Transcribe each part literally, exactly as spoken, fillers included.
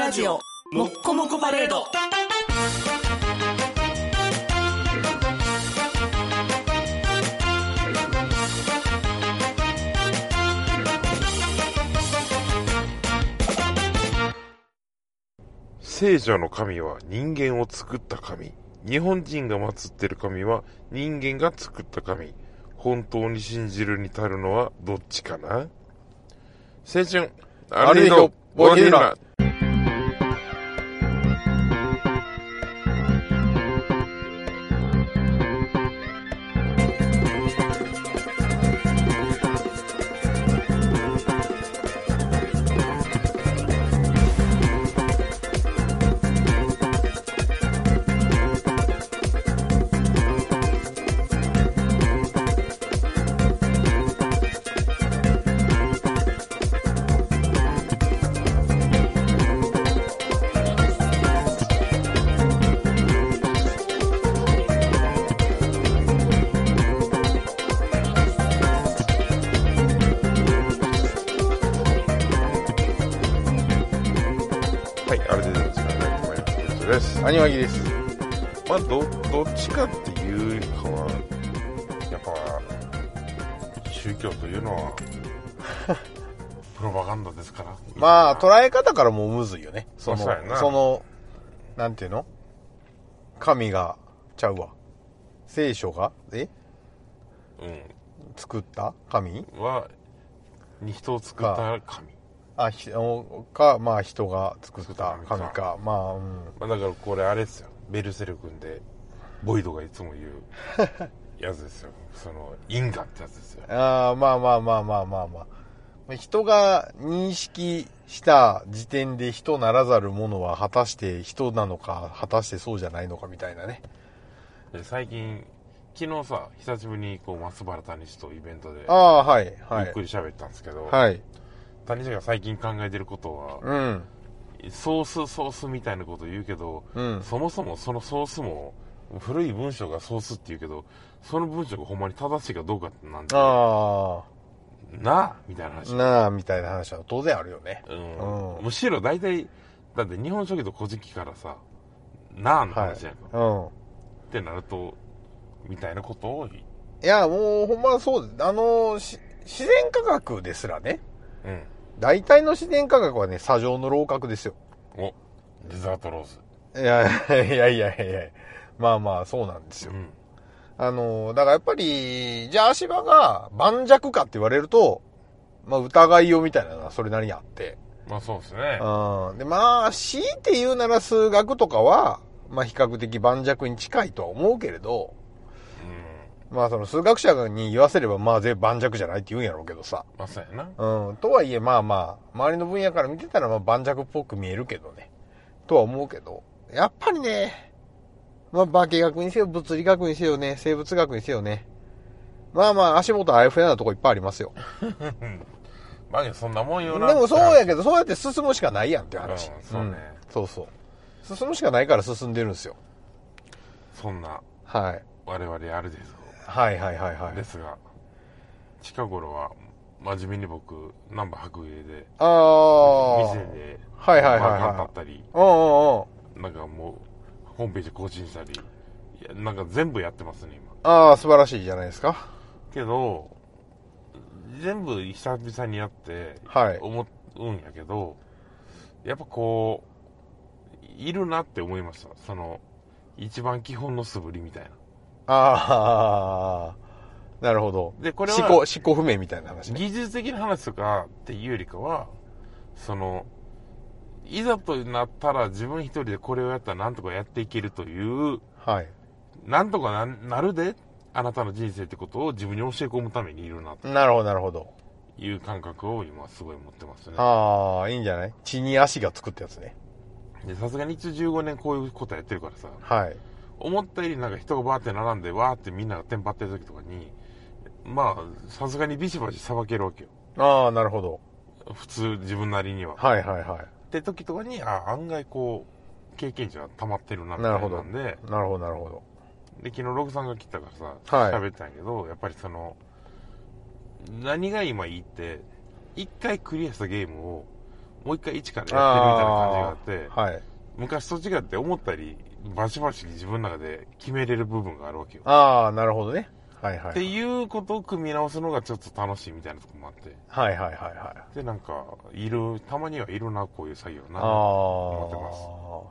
ラジオもっこもこパレード。 聖書の神は人間を作った神。日本人が祀ってる神は人間が作った神。本当に信じるに足るのはどっちかな。青春アルデヒドボヘルナ。 アニワギです。 まあ、ど、どっちかっていうかは、やっぱ、宗教というのは、プロパガンダですから。 まあ、捉え方からもうむずいよね。その、 まあ、そ, その、なんていうの神が、ちゃうわ。聖書が、えうん。作った神は、に人を作った神。 あ、ひか、まあ人が作った神か。かまあ、うん。 まあだからこれあれですよ。ベルセルクンで、ボイドがいつも言うやつですよ。その、因果ってやつですよ。 ああ、まあまあまあまあまあまあ。人が認識した時点で人ならざるものは果たして人なのか、果たしてそうじゃないのかみたいなね。 で最近、昨日さ、久しぶりにこう松原谷氏とイベントで、 ああ、はい、はい。 ゆっくり喋ったんですけど、 はい。 谷氏が最近考えてることは、 うん、 ソースソースみたいなこと言うけど、 うん、 そもそもそのソースも古い文章がソースって言うけど、その文章がほんまに正しいかどうかってなんて、 あなあみたいな話なあみたいな話は当然あるよね。 うん、うん、むしろ大体だって日本書紀と古事記からさ、なあの話やんか、 はい、うん、 ってなるとみたいなことをいやもうほんまそうあの自然科学ですらね、 うん、 大体の自然科学はね、砂上の楼閣ですよ。 お、デザートローズ。いやいやいやいやいや、まあまあそうなんですよ。うん、あの、だからやっぱり、じゃあ足場が盤石かって言われると、まあ疑いようみたいなのはそれなりにあって。 まあそうですね。 うん。で、まあ、強いて言うなら数学とかは、まあ比較的盤石に近いとは思うけれど、まあその数学者に言わせればまあ全部盤石じゃないって言うんやろうけどさ。 まあそうやな。 うん。とはいえまあまあ、周りの分野から見てたらまあ盤石っぽく見えるけどね。とは思うけど。やっぱりね、まあ化学にせよ、物理学にせよね、生物学にせよね。まあまあ足元あやふやなとこいっぱいありますよ。 まあそんなもんよな。 でもそうやけど、そうやって進むしかないやんっていう話。 うん、そうね、うん。 そうそう。進むしかないから進んでるんですよ。 そんな。 はい。 我々あるですはいはいはいはい。 ですが、近頃は真面目に僕ナンバー白芸で、 ああ、 店ではいはいはいはい。 バーカン立ったり、 うんうんうん。 なんかもうホームページ更新したり、いやなんか全部やってますね今。ああ、素晴らしいじゃないですか。 けど全部久々にやって思うんやけど、はい、やっぱこういるなって思いました。その一番基本の素振りみたいな。 ああ、なるほど。 で、これは、 思考、思考不明みたいな話ね。 技術的な話とかっていうよりかは、その、いざとなったら自分一人でこれをやったらなんとかやっていけるという、 はい。 なんとか な, なるで、あなたの人生ってことを自分に教え込むためにいるなと。 なるほど、なるほど。 いう感覚を今すごい持ってますね。 ああ、いいんじゃない？地に足がつくってやつね。 で、さすがにいちじゅうごねんこういうことやってるからさ。 はい。 思ったよりなんか人がバーって並んでわーってみんながテンパってる時とかにまあさすがにビシバシさばけるわけよ。 ああ、なるほど。 普通自分なりには。 はいはいはい。 って時とかにあ案外こう経験値が溜まってるなみたいなんで。 なるほどなるほど。 で昨日ログさんが来たからさ喋、はい、ったんやけど、やっぱりその何が今いいって一回クリアしたゲームをもう一回一からやってるみたいな感じがあって、 あはい。 昔と違って思ったり、バシバシ自分の中で決めれる部分があるわけよ。 ああ、なるほどね。はいはい。 っていうことを組み直すのがちょっと楽しいみたいなとこもあって。 はいはいはいはい。 で、なんか、いる、たまにはいるな、こういう作業な、 あと思ってます。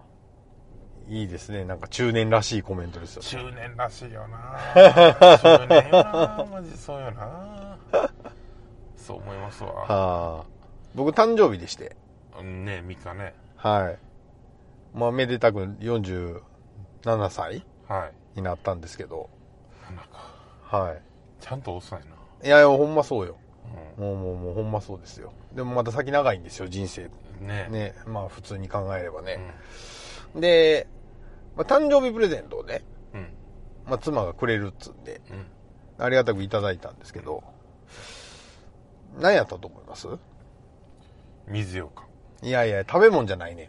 いいですね。なんか中年らしいコメントですよ。 中年らしいよな中年よなマジそうよなそう思いますわ。はあ。僕誕生日でして。 ねみっかね。 はい。まあ、めでたくよんじゅうななさいはい。 になったんですけど。 なんか。 はい。 ちゃんと遅いな。 いやいや、ほんまそうよ。 うん、 もうもうもうほんまそうですよ。でもまた先長いんですよ、人生。 ね。 ね。まあ普通に考えればね。うん、で、まあ、誕生日プレゼントをね、うん、まあ妻がくれるっつんで、うん、ありがたくいただいたんですけど、うん、何やったと思います？ 水ようかん。 いやいや、食べ物じゃないね。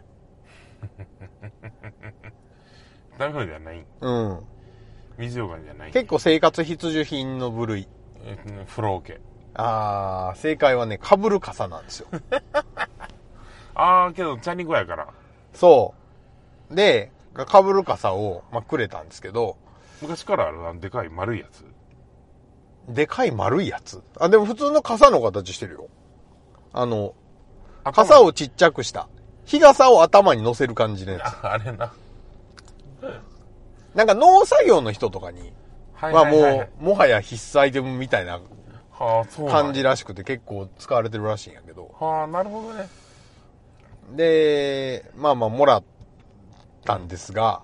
食べ物じゃない？うん。水ようかんじゃない？ 結構生活必需品の部類。 風呂桶。 あー、正解はね、かぶる傘なんですよ。 あー、けど、チャリンコやから。 そう。で、かぶる傘を、まあ、くれたんですけど。 昔からあるあのでかい丸いやつ？ でかい丸いやつ？あ、でも普通の傘の形してるよ。あの、傘をちっちゃくした。日傘を頭に乗せる感じのやつ。 あ, あれな。 なんか農作業の人とかに、はいはいはいはい、まあもう、もはや必須アイテムみたいな感じらしくて結構使われてるらしいんやけど。 はあ、なるほどね。 で、まあまあもらったんですが、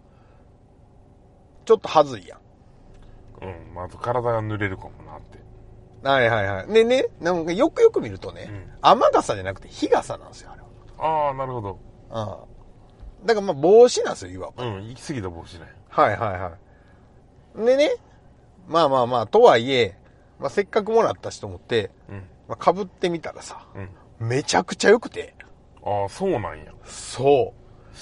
ちょっとはずいやん。 うん、まず体が濡れるかもなって。 はいはいはい。でね、なんかよくよく見るとね、うん、雨傘じゃなくて日傘なんですよ、あれは。ああ、なるほど。 うん。だからまあ帽子なんですよ、いわば。 うん、行き過ぎた帽子ね。 はいはいはい。でね、まあまあまあ、とはいえ、まあ、せっかくもらったしと思って、うんまあ、被ってみたらさ、うん、めちゃくちゃ良くて。 ああ、そうなんや。 そう。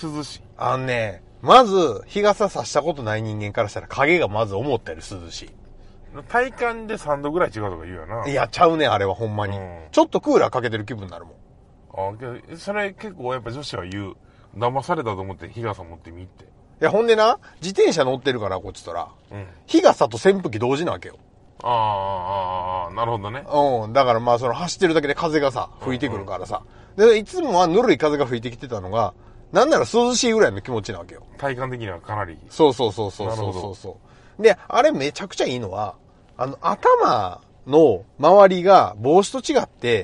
涼しい。 あのね、まず、日傘さしたことない人間からしたら影がまず思ったより涼しい。 体感でさんどぐらい違うとか言うよな。 いや、ちゃうね、あれはほんまに。うん、ちょっとクーラーかけてる気分になるもん。 ああ、それ結構やっぱ女子は言う。騙されたと思って日傘持ってみって。 いや、ほんでな、自転車乗ってるから、こっちとら。うん。日傘と扇風機同時なわけよ。 ああ、ああ、なるほどね。 うん。だからまあ、その走ってるだけで風がさ、吹いてくるからさ。うんうん、で、いつもはぬるい風が吹いてきてたのが、なんなら涼しいぐらいの気持ちなわけよ。 体感的にはかなり。 そうそうそうそうそうそうそう。で、あれめちゃくちゃいいのは、あの、頭の周りが帽子と違って、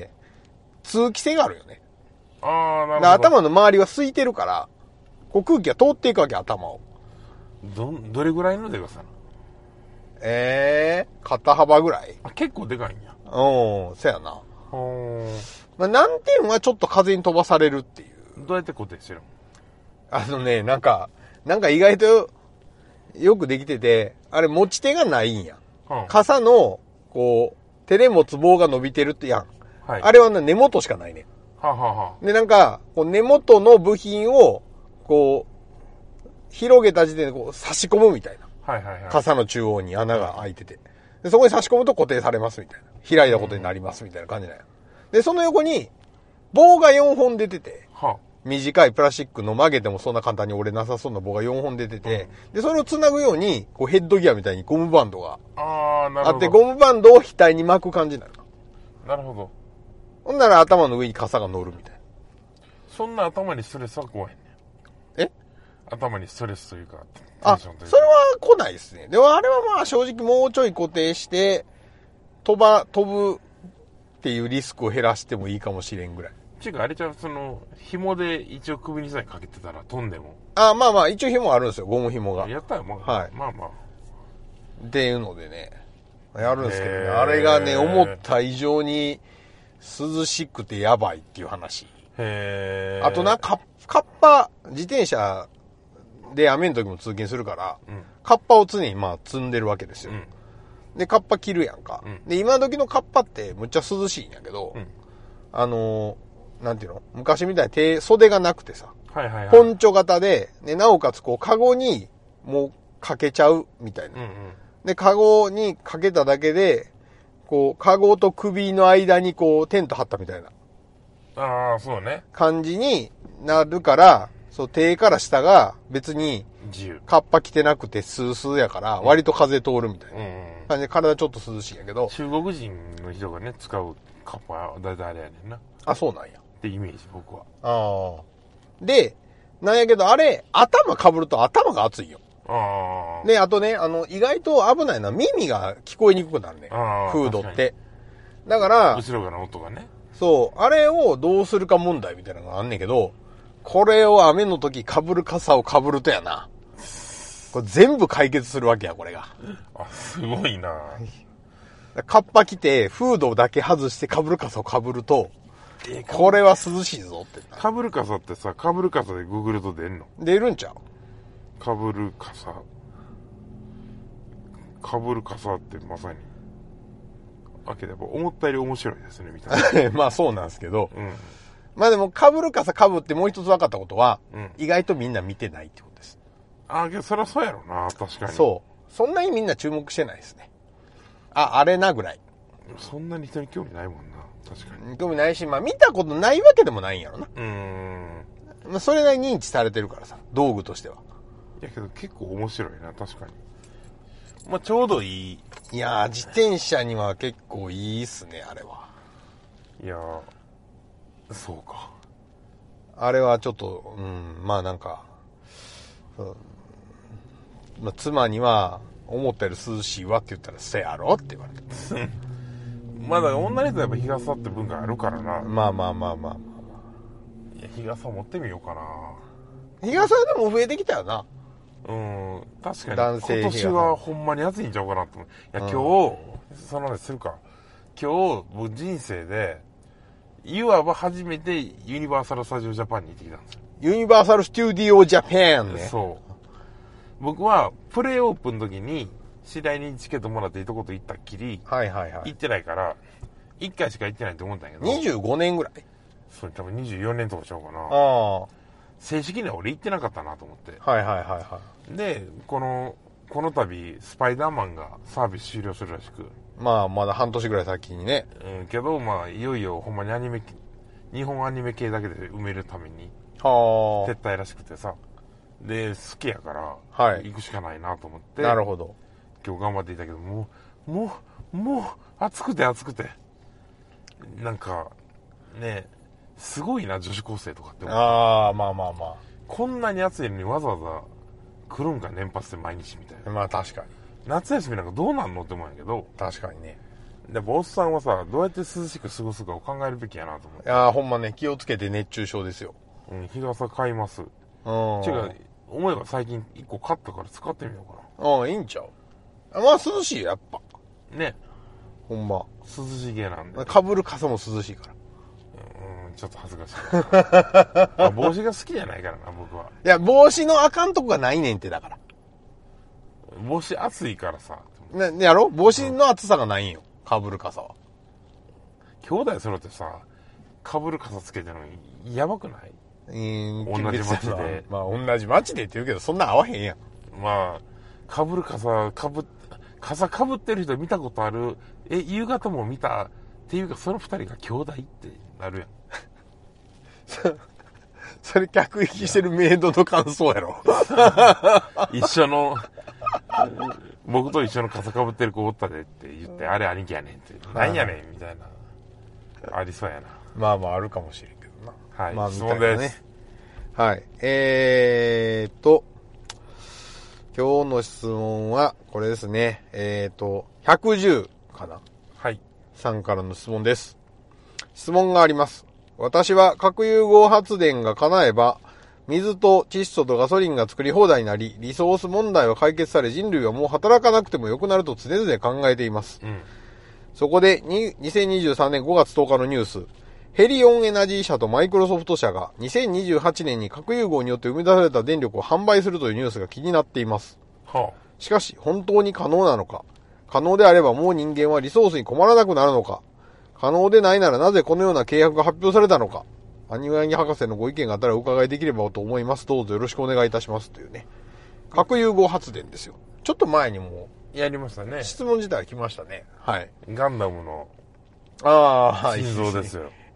通気性があるよね。 ああ、なるほど。頭の周りは空いてるから、こう空気が通っていくわけ、頭を。 ど、どれぐらいのでかさなの？ ええー、肩幅ぐらい？ あ、結構でかいんや。 うん、そやな。まあ、難点はちょっと風に飛ばされるっていう。 どうやって固定してるの？ あのね、なんか、なんか意外とよくできてて、あれ持ち手がないんや。うん、傘の、こう、手で持つ棒が伸びてるってやん。はい、あれはね、根元しかないね。 はあはあはあ、 で、なんか、こう根元の部品を、こう、広げた時点でこう差し込むみたいな。 はいはいはい。 傘の中央に穴が開いてて。で、そこに差し込むと固定されますみたいな。開いたことになりますみたいな感じなんや。で、その横に、棒がよんほん出てて、はあ、短いプラスチックの曲げてもそんな簡単に折れなさそうな棒がよんほん出てて、うん、で、それを繋ぐように、こうヘッドギアみたいにゴムバンドがああって、ゴムバンドを額に巻く感じなの。 なるほど。 ほんなら頭の上に傘が乗るみたいな。 そんな頭にストレスは来へんねん。 え？ 頭にストレスというか、 テンションというか。あ、それは来ないですね。でもあれはまあ正直もうちょい固定して、飛ば、飛ぶっていうリスクを減らしてもいいかもしれんぐらい。 ちゅうか、あれちゃう、その、紐で一応首にさえかけてたら飛んでも。 あ、まあまあ、一応紐あるんですよ、ゴム紐が。 やったらもう、 はい。 まあまあ。 っていうのでね、やるんですけどね、あれがね、思った以上に涼しくてやばいっていう話。 へあとな、カッパ、自転車で雨の時も通勤するから、うん、カッパを常にまあ積んでるわけですよ。うん、で、カッパ着るやんか。うん、で、今時のカッパってむっちゃ涼しいんやけど、うん、あのー、なんていうの？昔みたいに手、袖がなくてさ、 はいはいはい、 ポンチョ型で、で、なおかつこう、カゴにもうかけちゃうみたいな。うんうん、で、カゴにかけただけで、こう、カゴと首の間にこう、テント張ったみたいな。 ああ、そうね。 感じになるから、そう、手から下が別に、 自由。 カッパ着てなくてスースーやから、割と風通るみたいな感じで体ちょっと涼しいんやけど。 中国人の人がね、使うカッパはだいたいあれやねんな。 あ、そうなんや。 ってイメージ、僕は。 ああ。で、なんやけど、あれ、頭被ると頭が熱いよ。 ああ。 で、あとね、あの、意外と危ないのは耳が聞こえにくくなるね。フードって。だから、 後ろからの音がね。 そう、あれをどうするか問題みたいなのがあんねんけど、これを雨の時被る傘を被るとやな。これ全部解決するわけや、これが。 あ、すごいな。 カッパ着て、フードだけ外して被る傘を被ると、えー、これは涼しいぞって。 被る傘ってさ、被る傘でググると出んの？ 出るんちゃう？ 被る傘。被る傘ってまさに。あ、けどやっぱ思ったより面白いですね、みたいな。 まあそうなんですけど。 うん。 まあでも、被る傘被ってもう一つ分かったことは、うん、意外とみんな見てないってことです。 ああ、けどそりゃそうやろな、確かに。 そう。そんなにみんな注目してないですね。あ、あれなぐらい。 そんなに人に興味ないもんな、確かに。 興味ないし、まあ見たことないわけでもないんやろな。 うーん。 まあそれなりに認知されてるからさ、道具としては。 いやけど結構面白いな、確かに。まあちょうどいい。 いやー、自転車には結構いいっすね、あれは。 いやー、そうか。 あれはちょっと、うん、まあなんか、うん、まあ、妻には、思ったより涼しいわって言ったら、せやろって言われて。 まあだから女の人はやっぱ日傘って文化あるからな。 まあまあまあまあまあまあ。いや、日傘持ってみようかな。 日傘でも増えてきたよな。 うん、確かに。 男性今年はほんまに暑いんちゃうかなと思う。いや、今日、うん、その話するか。今日、僕人生で、いわば初めてユニバーサル・スタジオ・ジャパンに行ってきたんですよ。 ユニバーサル・スタジオ・ジャパンね。 そう。僕は、プレイオープンの時に、次第にチケットもらっていとこと行ったっきり、 はいはいはい。 行ってないから、いっかいしか行ってないと思ったんやけど。 にじゅうごねんぐらい？ そう、多分にじゅうよねんとかちゃうかな。 ああ。 正式には俺行ってなかったなと思って。 はいはいはいはい。 で、この、この度、スパイダーマンがサービス終了するらしく。 まあ、まだ半年ぐらい先にね。 うん、けど、まあ、いよいよほんまにアニメ、日本アニメ系だけで埋めるために、 はあ。 撤退らしくてさ。で、好きやから、 はい。 行くしかないなと思って。 なるほど。 今日頑張っていたけど、もう、もう、もう、暑くて暑くて。なんか、ね、すごいな、女子高生とかって思う。 ああ、まあまあまあ。 こんなに暑いのにわざわざ来るんか、年パスで毎日みたいな。 まあ確かに。 夏休みなんかどうなんのって思うんやけど。 確かにね。 やっぱおっさんはさ、どうやって涼しく過ごすかを考えるべきやなと思って。 いやーほんまね、気をつけて熱中症ですよ。 うん、日傘買います。 うん。 違う、思えば最近一個買ったから使ってみようかな。 うん、いいんちゃう。まあ涼しいよ、やっぱ。 ね。 ほんま。 涼しげなんで。 被る傘も涼しいから。 うん、ちょっと恥ずかしい。あ、帽子が好きじゃないからな、僕は。 いや、帽子のあかんとこがないねんって、だから。 帽子暑いからさ。 ね、やろ帽子の厚さがないんよ。被る傘は。 兄弟揃ってさ、被る傘つけてるのに、やばくない？ うん、 同じ街で。 まあ、同じ街でって言うけど、そんな合わへんやん。 まあ、被る傘、被っ、傘被ってる人見たことある。え、夕方も見た。っていうか、その二人が兄弟ってなるやん。 それ客引きしてるメイドの感想やろ。 一緒の、僕と一緒の傘被ってる子おったでって言って、あれ兄貴やねんって。何やねんみたいな。ありそうやな。 まあまああるかもしれんけどな。 はい。 まあ、 質問です。 ね、はい。えーっと、今日の質問は、これですね。えーっと、ひゃくじゅうかな。 はい。 さんからの質問です。質問があります。私は核融合発電が叶えば、水と窒素とガソリンが作り放題になり、リソース問題は解決され、人類はもう働かなくてもよくなると常々考えています。うん、そこで、にせんにじゅうさんねんごがつとおかのニュース、ヘリオンエナジー社とマイクロソフト社がにせんにじゅうはちねんに核融合によって生み出された電力を販売するというニュースが気になっています。はあ、しかし、本当に可能なのか？可能であればもう人間はリソースに困らなくなるのか？可能でないならなぜこのような契約が発表されたのか？アニワニ博士のご意見があったらお伺いできればと思います。どうぞよろしくお願いいたしますというね。核融合発電ですよ。ちょっと前にもやりましたね。 質問自体来ましたね。はい。 ガンダムのああ、 心臓ですよ。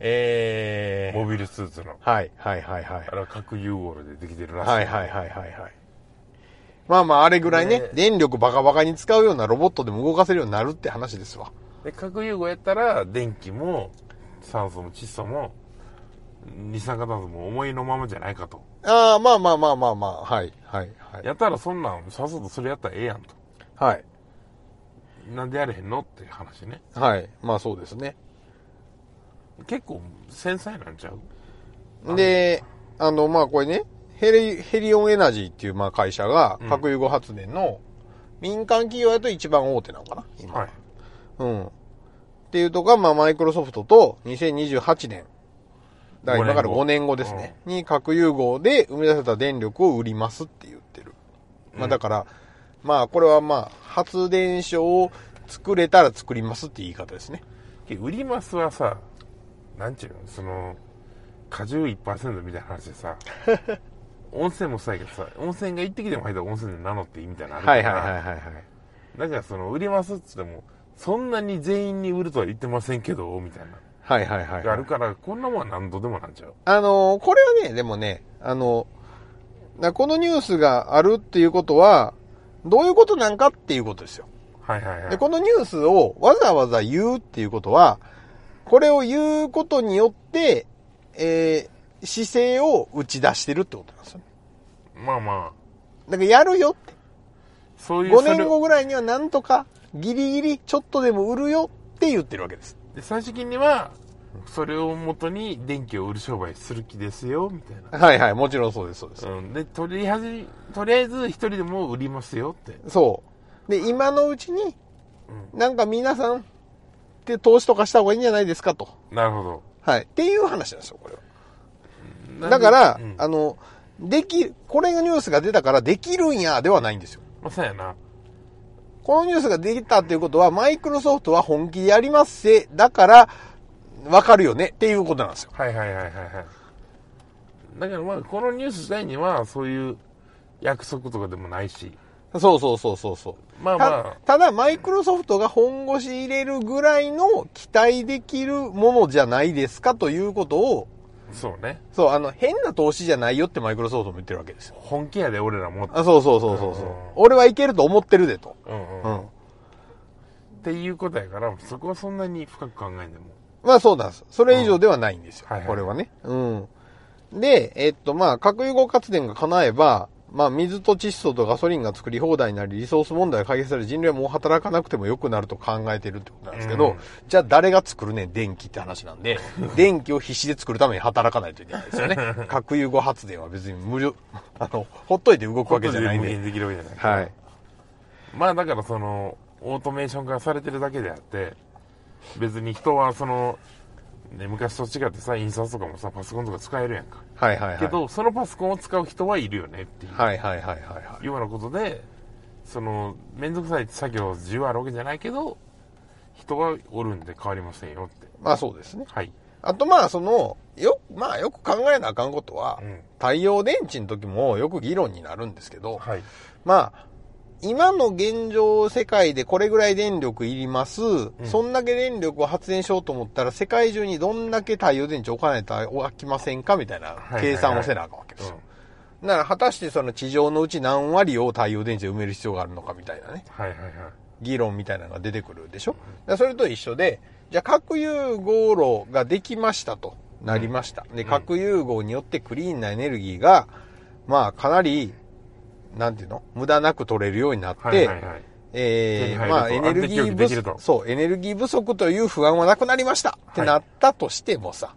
えー、 モビルスーツの。 はい、はい、はい、はい。 あれは核融合でできてるらしい。 はい、はい、はい、はい、はい。まあまあ、あれぐらいね、 ね電力バカバカに使うようなロボットでも動かせるようになるって話ですわ。 で、核融合やったら、電気も、酸素も窒素も、二酸化炭素も思いのままじゃないかと。 ああ、まあまあまあまあまあ、はい、はい、はい。 やったらそんなん、さっさとそれやったらええやんと。 はい。 なんでやれへんのって話ね。 はい。まあそうですね。 結構、繊細なんちゃう？ で、あの、まあこれね、ヘリ、ヘリオンエナジーっていうまあ会社がうん核融合発電の民間企業だと一番大手なのかな今。 はい。 うん。っていうとこが、まあマイクロソフトとにせんにじゅうはちねん。だから今からごねんごですね。に核融合で生み出せた電力を売りますって言ってる。まあだから、まあこれはまあ発電所を作れたら作りますって言い方ですね。 売りますはさ、なんちゅうの、その、果汁 いちパーセント みたいな話でさ、温泉もそうやけどさ、温泉が一滴でも入ったら温泉で名乗っていいみたいなのあるから、 はいはいはいはいはい。 だからその、売りますって言っても、そんなに全員に売るとは言ってませんけど、みたいな。 はいはいはい、はい。 があるから、こんなもんは何度でもなんちゃう。 あのー、これはね、でもね、あの、このニュースがあるっていうことは、どういうことなんかっていうことですよ。 はいはいはい。 で、このニュースをわざわざ言うっていうことは、これを言うことによって、えー、姿勢を打ち出してるってことなんですよね。 まあまあ。 だからやるよって。 そういう。 ごねんごぐらいにはなんとか、ギリギリちょっとでも売るよって言ってるわけです。 で、最終的には、それを元に電気を売る商売する気ですよ、みたいな。 はいはい、もちろんそうです、そうです。 うん。で、とりあえず、とりあえず一人でも売りますよって。 そう。で、今のうちに、なんか皆さんって投資とかした方がいいんじゃないですかと。 なるほど。 はい。っていう話なんですよ、これは。だから、うん、あの、でき、これがニュースが出たからできるんや、ではないんですよ。 まあ、そうやな。 このニュースができたっていうことは、マイクロソフトは本気でやりますせ。だから、わかるよねっていうことなんですよ。 はいはいはいはいはい。だからまあ、このニュース自体には、そういう約束とかでもないし。 そうそうそうそうそう。 まあまあ。 た、ただ、マイクロソフトが本腰入れるぐらいの期待できるものじゃないですかということを、 そうね。 そう、あの、変な投資じゃないよってマイクロソフトも言ってるわけですよ。 本気やで、俺らも。 あ、そうそうそうそうそう、うん。俺はいけると思ってるでと。 うんうん。うん。っていうことやから、そこはそんなに深く考えんでも。 まあそうなんです。それ以上ではないんですよ。 うん、はいはい、 これはね。うん。で、えっと、まあ、核融合発電が叶えば、まあ、水と窒素とガソリンが作り放題になり、リソース問題が解決され、人類はもう働かなくても良くなると考えてるってことなんですけど、うん、じゃあ誰が作るねん、電気って話なんで、電気を必死で作るために働かないといけないですよね。核融合発電は別に無料、あの、ほっといて動くわけじゃないんで。 無限できるわけじゃない。はい。まあだからその、オートメーション化されてるだけであって、別に人はその、ね、昔と違ってさ、印刷とかもさ、パソコンとか使えるやんか。 はいはいはい。 けど、そのパソコンを使う人はいるよねっていう。 はいはいはいはい、はい。 ようなことで、その、めんどくさい作業自由あるわけじゃないけど、人はおるんで変わりませんよって。 まあそうですね。 はい。 あとまあその、よ、まあよく考えなあかんことは、うん、太陽電池の時もよく議論になるんですけど、 はい。 まあ、今の現状世界でこれぐらい電力いります、うん、そんだけ電力を発電しようと思ったら世界中にどんだけ太陽電池置かないと飽きませんかみたいな計算をせなあかんわけですよ。だから果たしてその地上のうち何割を太陽電池で埋める必要があるのかみたいなね。 はいはいはい。 議論みたいなのが出てくるでしょ。だそれと一緒で、じゃあ核融合炉ができましたとなりました。で、核融合によってクリーンなエネルギーが、まあかなりなんていうの無駄なく取れるようになって、はいはいはい、えー、まあエネルギー不足、そう、エネルギー不足という不安はなくなりましたってなったとしてもさ、はい、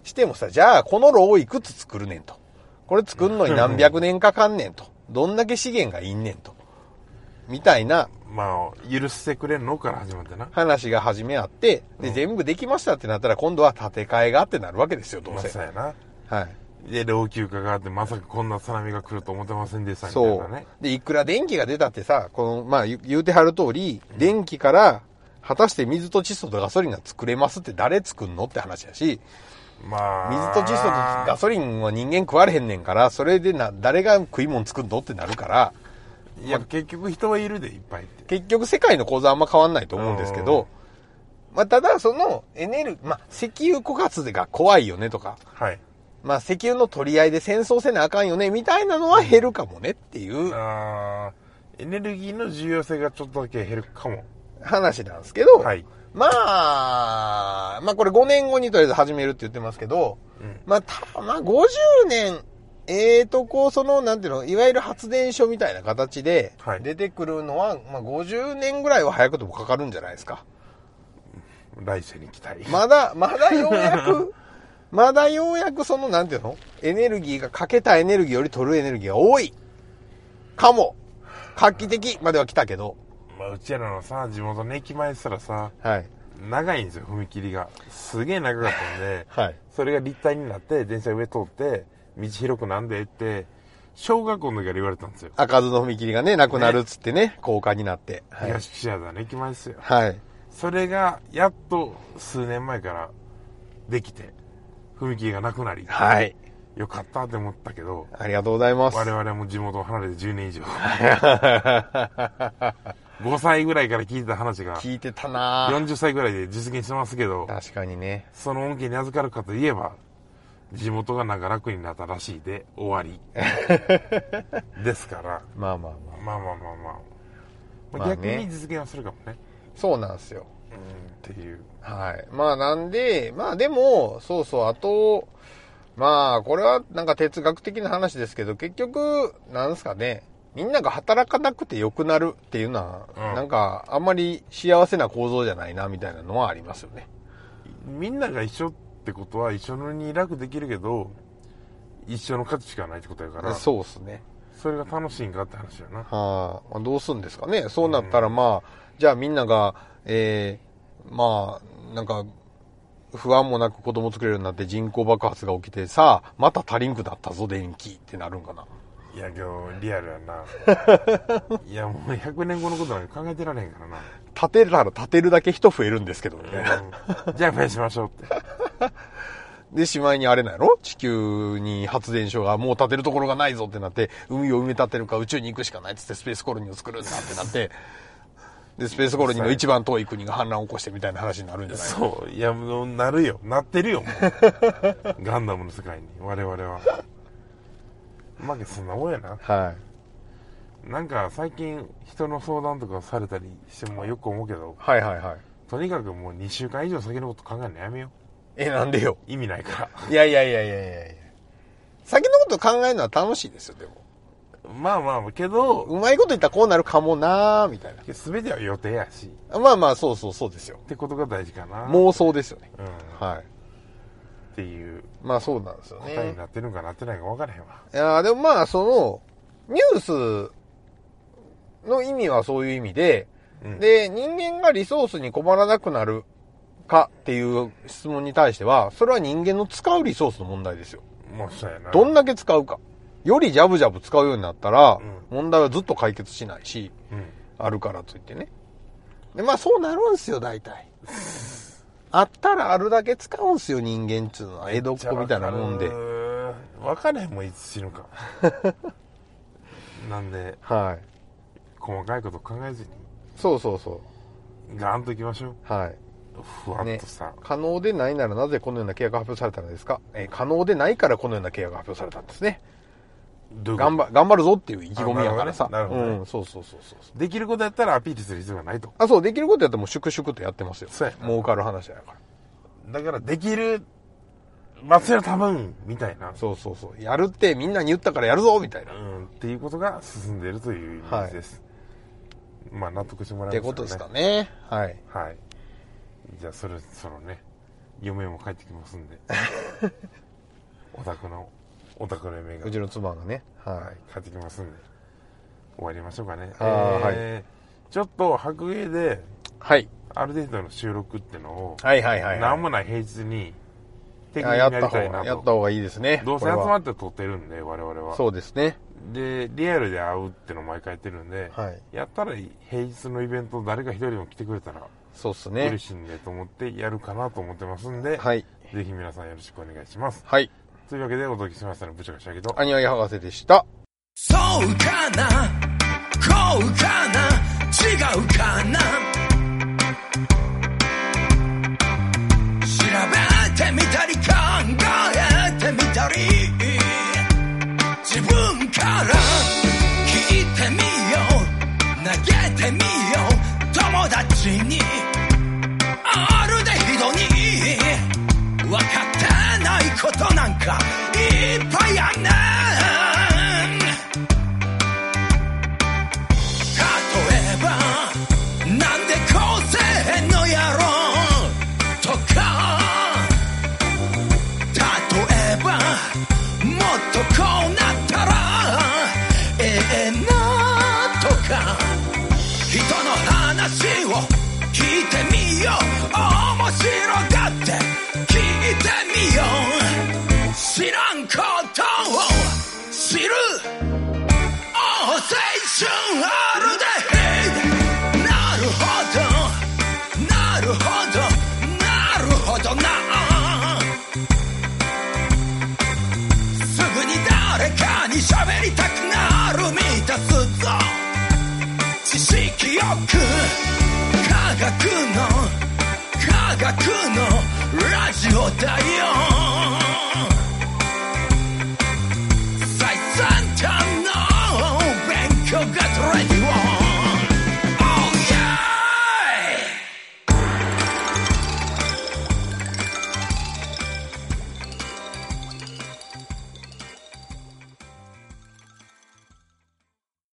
してもさ、じゃあこの炉をいくつ作るねんと。これ作るのに何百年かかんねんと。どんだけ資源がいんねんと。みたいな。 まあ、許してくれんのから始まってな。 話が始めあって、で、うん、全部できましたってなったら今度は建て替えがってなるわけですよ、どうせ。 まあ、そうやな。 はい。 で、老朽化があって、まさかこんな津波が来ると思ってませんでしたみたいなね。 そう。で、いくら電気が出たってさ、この、まあ、言うてはる通り、うん、電気から、果たして水と窒素とガソリンが作れますって誰作んのって話やし、 まあ。 水と窒素とガソリンは人間食われへんねんから、それでな、誰が食い物作んのってなるから、 いや、まあ、結局人はいるで、いっぱいって。 結局世界の構造はあんま変わんないと思うんですけど、 まあ、ただそのエネルギー、まあ、石油枯渇が怖いよねとか、 はい。 まあ、石油の取り合いで戦争せなあかんよねみたいなのは減るかもねっていうあー、エネルギーの重要性がちょっとだけ減るかも。 話なんですけど、 はい。 まあ、まあこれごねんごにとりあえず始めるって言ってますけど、うん、まあた、まあごじゅうねん、えーと、こう、その、なんていうの、いわゆる発電所みたいな形で出てくるのは、はい、まあごじゅうねんぐらいは早くてもかかるんじゃないですか。 来世に期待。 まだ、まだようやく、まだようやくその、なんていうの、エネルギーがかけたエネルギーより取るエネルギーが多い。かも。画期的までは来たけど。 まあ、うちらのさ、地元の駅前したらさ、 はい、 長いんですよ、踏切が。すげえ長かったんで、 はい、 それが立体になって、電車上通って、道広くなんでって、小学校の時から言われたんですよ。 開かずの踏切がね、なくなるっつってね、高架になって。 はい、東岸和田の駅前ですよ。 はい。 それが、やっと数年前からできて、踏切がなくなり。 はい。 よかったって思ったけど。 ありがとうございます。 我々も地元を離れてじゅうねん以上。ごさいぐらいから聞いてた話が。 聞いてたなよんじゅっさいぐらいで実現してますけど。 確かにね。 その恩恵に預かるかといえば、地元がなんか楽になったらしいで終わり。ですから。 まあまあまあ。 まあまあまあまあ。まあ、逆に実現はするかもね。 そうなんですよ。 うん、っていう。 はい。まあなんで、まあでも、そうそう、あと、まあ、これはなんか哲学的な話ですけど、結局、なんですかね、みんなが働かなくて良くなるっていうのは、うん、なんか、あんまり幸せな構造じゃないな、みたいなのはありますよね。 みんなが一緒ってことは、一緒に楽できるけど、一緒の価値しかないってことやから。 そうですね。 それが楽しいんかって話やな。 はあ、どうするんですかね。そうなったら、まあ、うん、じゃあみんなが、えー、まあ、なんか、不安もなく子供作れるようになって人口爆発が起きて、さあ、また足りんくなったぞ、電気ってなるんかな。 いや、今日、リアルやな。いや、もうひゃくねんごのことなんか考えてられへんからな。 建てたら建てるだけ人増えるんですけどね。 うん、じゃあ増やしましょうって。 で、しまいにあれなんやろ？地球に発電所がもう建てるところがないぞってなって、海を埋め立てるか宇宙に行くしかないっつってスペースコロニーを作るんだってなって、で、スペースコロニーの一番遠い国が反乱を起こしてみたいな話になるんじゃないの？ そう。いや、もうなるよ。なってるよ、もう。ガンダムの世界に、我々は。まあ、そんなもんやな。 はい。 なんか、最近、人の相談とかされたりしてもよく思うけど。 はいはいはい。 とにかくもうにしゅうかん以上先のこと考えるのやめよう。 え、なんでよ。 意味ないから。 いやいやいやいやいやいや。先のこと考えるのは楽しいですよ、でも。 まあまあ、けど、 うまいこと言ったらこうなるかもなーみたいな。 すべては予定やし。 まあまあ、そうそうそうですよ。 ってことが大事かな。 妄想ですよね。 うん。 はい。 っていう。 まあそうなんですよね。 答えになってるのかなってないか分からへんわ。 いやでもまあ、その、ニュースの意味はそういう意味で、うん、で、人間がリソースに困らなくなるかっていう質問に対しては、それは人間の使うリソースの問題ですよ。 もうそうやな。 どんだけ使うか。よりジャブジャブ使うようになったら、うん、問題はずっと解決しないし、うん、あるからといってね。で、まあそうなるんすよ、大体。あったらあるだけ使うんすよ、人間っつうのは。江戸っ子みたいなもんで。 分かれへんもん、いつ死ぬか。なんで、 はい。 細かいこと考えずに。 そうそうそう。 ガーンといきましょう。 はい。 ふわっとさ、ね。 可能でないならなぜこのような契約が発表されたのですか？えー、可能でないからこのような契約が発表されたんですね。頑張、頑張るぞっていう意気込みやからさ。 なるほどね。 うん、そうそうそうそう。 できることやったらアピールする必要がないと。 あ、そう、できることやったらもう粛々とやってますよ。 そうや。 儲かる話やから。 だから、できる、ますよ、多分、みたいな。 そうそうそう。やるってみんなに言ったからやるぞみたいな。 うん、っていうことが進んでいるというイメージです。はい、まあ、納得してもらえますかね。 ってことですかね。はい。 はい。じゃあ、そろそろね、嫁も帰ってきますんで。お宅の、お宅の嫁が。 うちの妻がね。 はい。はい、帰ってきますんで。終わりましょうかね。 ああ、 えー、はい。ちょっと、白芸で、 はい。 ある程度の収録ってのを、 はいはいはい、はい。 なんもない平日に、 的にやりたいなと。やった方がいいですね。 どうせ集まって撮ってるんで、我々は。 そうですね。 で、リアルで会うってのを毎回やってるんで、 はい。 やったら平日のイベント誰か一人でも来てくれたら、 そうっすね。 嬉しいんでと思ってやるかなと思ってますんで、 はい。 ぜひ皆さんよろしくお願いします。 はい。 というわけでお届けしましたの部長がしたけど、 アニワギ博士でした。 そうかな、こうかな、違うかな。 てみたり考えてみたり自分から聞いてみよう投げてみよう友達にあるでひどに分かってないことなんかいっぱいあんねん例えばなんでこうせんのやろとか例えばもっとこうなったらええなとか人の話を聞いてみよう面白がって聞いてみよう知らんことを知る青春あるでなるほどなるほどなるほどなすぐに誰かに喋りたくなる満たすぞ知識よく科学の科学のラジオだよ